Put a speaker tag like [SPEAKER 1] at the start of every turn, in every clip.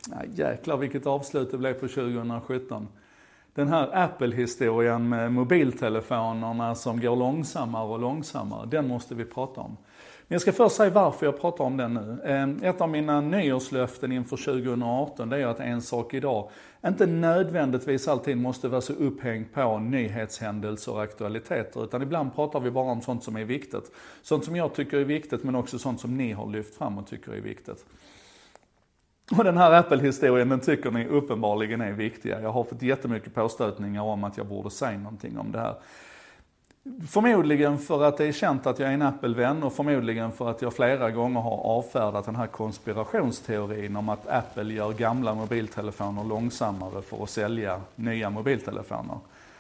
[SPEAKER 1] jäklar vilket avslut det blev på 2017. Den här Apple-historien med mobiltelefonerna som går långsammare och långsammare, den måste vi prata om. Men jag ska först säga varför jag pratar om den nu. Ett av mina nyårslöften inför 2018 det är att en sak idag inte nödvändigtvis alltid måste vara så upphängd på nyhetshändelser och aktualiteter. Utan ibland pratar vi bara om sånt som är viktigt. Sånt som jag tycker är viktigt men också sånt som ni har lyft fram och tycker är viktigt. Och den här Apple-historien den tycker ni uppenbarligen är viktiga. Jag har fått jättemycket påstötningar om att jag borde säga någonting om det här. Förmodligen för att det är känt att jag är en Apple-vän och förmodligen för att jag flera gånger har avfärdat den här konspirationsteorin om att Apple gör gamla mobiltelefoner långsammare för att sälja nya mobiltelefoner.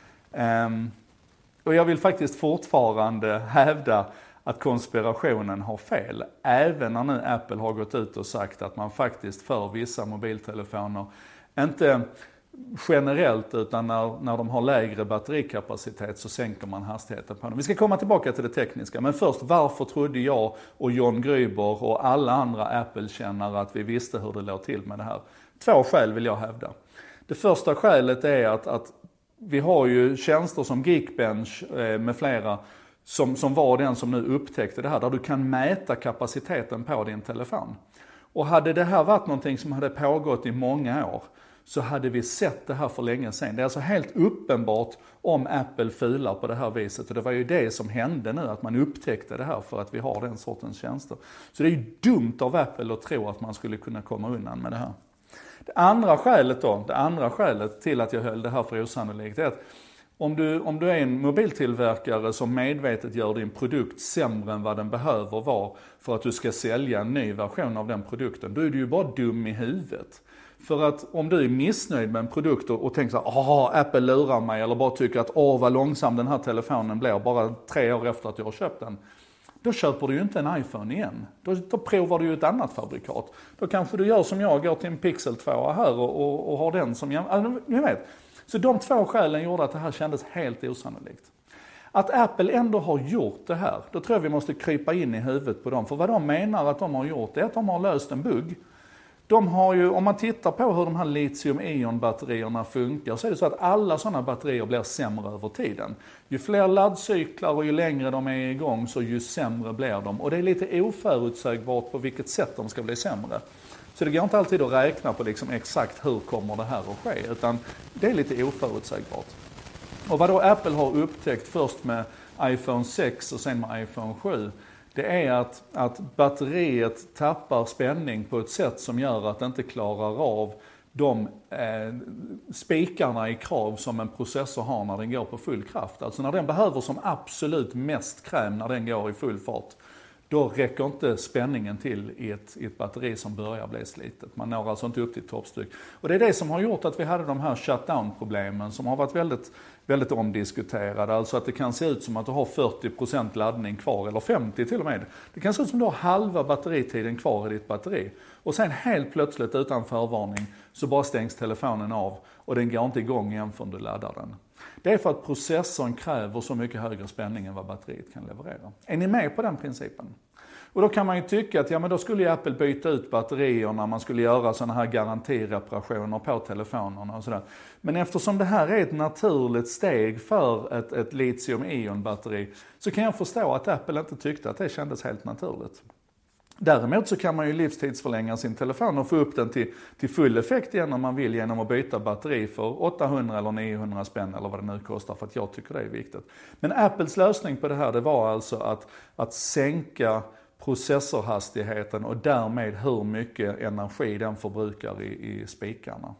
[SPEAKER 1] Och jag vill faktiskt fortfarande hävda att konspirationen har fel. Även när nu Apple har gått ut och sagt att man faktiskt för vissa mobiltelefoner, inte generellt utan när de har lägre batterikapacitet så sänker man hastigheten på dem. Vi ska komma tillbaka till det tekniska, men först varför trodde jag och John Gruber och alla andra Apple-kännare att vi visste hur det låg till med det här? 2 skäl vill jag hävda. Det första skälet är att vi har ju tjänster som Geekbench med flera som var den som nu upptäckte det här, där du kan mäta kapaciteten på din telefon. Och hade det här varit någonting som hade pågått i många år så hade vi sett det här för länge sedan. Det är alltså helt uppenbart om Apple filar på det här viset. Och det var ju det som hände nu, att man upptäckte det här för att vi har den sortens tjänster. Så det är ju dumt av Apple att tro att man skulle kunna komma undan med det här. Det andra skälet till att jag höll det här för osannolikt är att om du är en mobiltillverkare som medvetet gör din produkt sämre än vad den behöver vara för att du ska sälja en ny version av den produkten, då är du ju bara dum i huvudet. För att om du är missnöjd med en produkt och tänker så här, Apple lurar mig, eller bara tycker att vad långsam den här telefonen blir bara 3 år efter att du har köpt den. Då köper du ju inte en iPhone igen. Då provar du ju ett annat fabrikat. Då kanske du gör som jag, går till en Pixel 2 här och har den som ni vet. Så de 2 skälen gjorde att det här kändes helt osannolikt. Att Apple ändå har gjort det här, då tror jag vi måste krypa in i huvudet på dem. För vad de menar att de har gjort är att de har löst en bugg. De har ju, om man tittar på hur de här litium-ion-batterierna funkar, så är det så att alla sådana batterier blir sämre över tiden. Ju fler laddcyklar och ju längre de är igång så ju sämre blir de. Och det är lite oförutsägbart på vilket sätt de ska bli sämre. Så det går inte alltid att räkna på liksom exakt hur kommer det här att ske, utan det är lite oförutsägbart. Och vad då Apple har upptäckt först med iPhone 6 och sen med iPhone 7, det är att batteriet tappar spänning på ett sätt som gör att det inte klarar av de spikarna i krav som en processor har när den går på full kraft. Alltså när den behöver som absolut mest kräm när den går i full fart, då räcker inte spänningen till i ett batteri som börjar bli slitet. Man når alltså inte upp till toppstyck. Och det är det som har gjort att vi hade de här shutdown-problemen som har varit väldigt, väldigt omdiskuterade. Alltså att det kan se ut som att du har 40% laddning kvar, eller 50 till och med. Det kan se ut som att du har halva batteritiden kvar i ditt batteri. Och sen helt plötsligt utan förvarning så bara stängs telefonen av och den går inte igång igen förrän du laddar den. Det är för att processorn kräver så mycket högre spänning än vad batteriet kan leverera. Är ni med på den principen? Och då kan man ju tycka att men då skulle ju Apple byta ut batterierna, man skulle göra sådana här garantireparationer på telefonerna och sådär. Men eftersom det här är ett naturligt steg för ett litium-ion-batteri så kan jag förstå att Apple inte tyckte att det kändes helt naturligt. Däremot så kan man ju livstidsförlänga sin telefon och få upp den till full effekt igen om man vill genom att byta batteri för 800 eller 900 spänn eller vad det nu kostar, för att jag tycker det är viktigt. Men Apples lösning på det här, det var alltså att sänka processorhastigheten och därmed hur mycket energi den förbrukar i spikarna.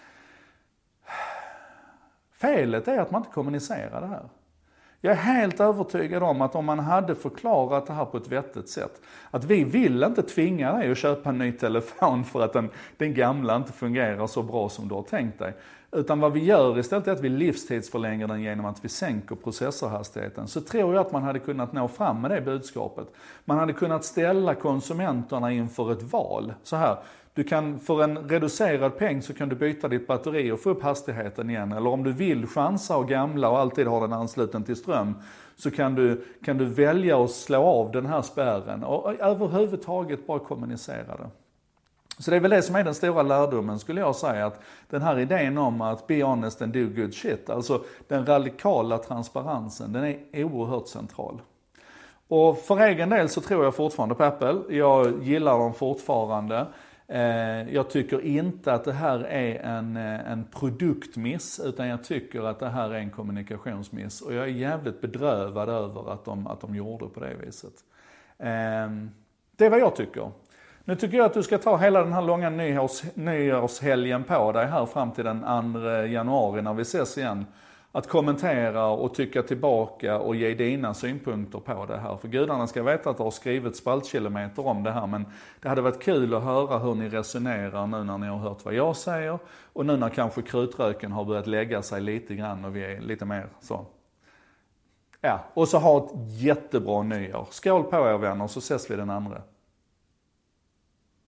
[SPEAKER 1] Felet är att man inte kommunicerar det här. Jag är helt övertygad om att om man hade förklarat det här på ett vettigt sätt, att vi vill inte tvinga dig att köpa en ny telefon för att den gamla inte fungerar så bra som du har tänkt dig. Utan vad vi gör istället är att vi livstidsförlänger den genom att vi sänker processorhastigheten. Så tror jag att man hade kunnat nå fram med det budskapet. Man hade kunnat ställa konsumenterna inför ett val. Så här, du kan för en reducerad peng så kan du byta ditt batteri och få upp hastigheten igen. Eller om du vill chansa och gamla och alltid ha den ansluten till ström, så kan du välja att slå av den här spärren och överhuvudtaget bara kommunicera det. Så det är väl det som är den stora lärdomen, skulle jag säga, att den här idén om att be honest and do good shit, alltså den radikala transparensen, den är oerhört central. Och för egen del så tror jag fortfarande på Apple. Jag gillar dem fortfarande. Jag tycker inte att det här är en produktmiss, utan jag tycker att det här är en kommunikationsmiss. Och jag är jävligt bedrövad över att de gjorde på det viset. Det är vad jag tycker. Nu tycker jag att du ska ta hela den här långa nyårshelgen på dig här fram till den 2 januari när vi ses igen. Att kommentera och tycka tillbaka och ge dina synpunkter på det här. För gudarna ska veta att det har skrivit spaltkilometer om det här, men det hade varit kul att höra hur ni resonerar nu när ni har hört vad jag säger. Och nu när kanske krutröken har börjat lägga sig lite grann och vi är lite mer så. Ja, och så ha ett jättebra nyår. Skål på er vänner, så ses vi den andra.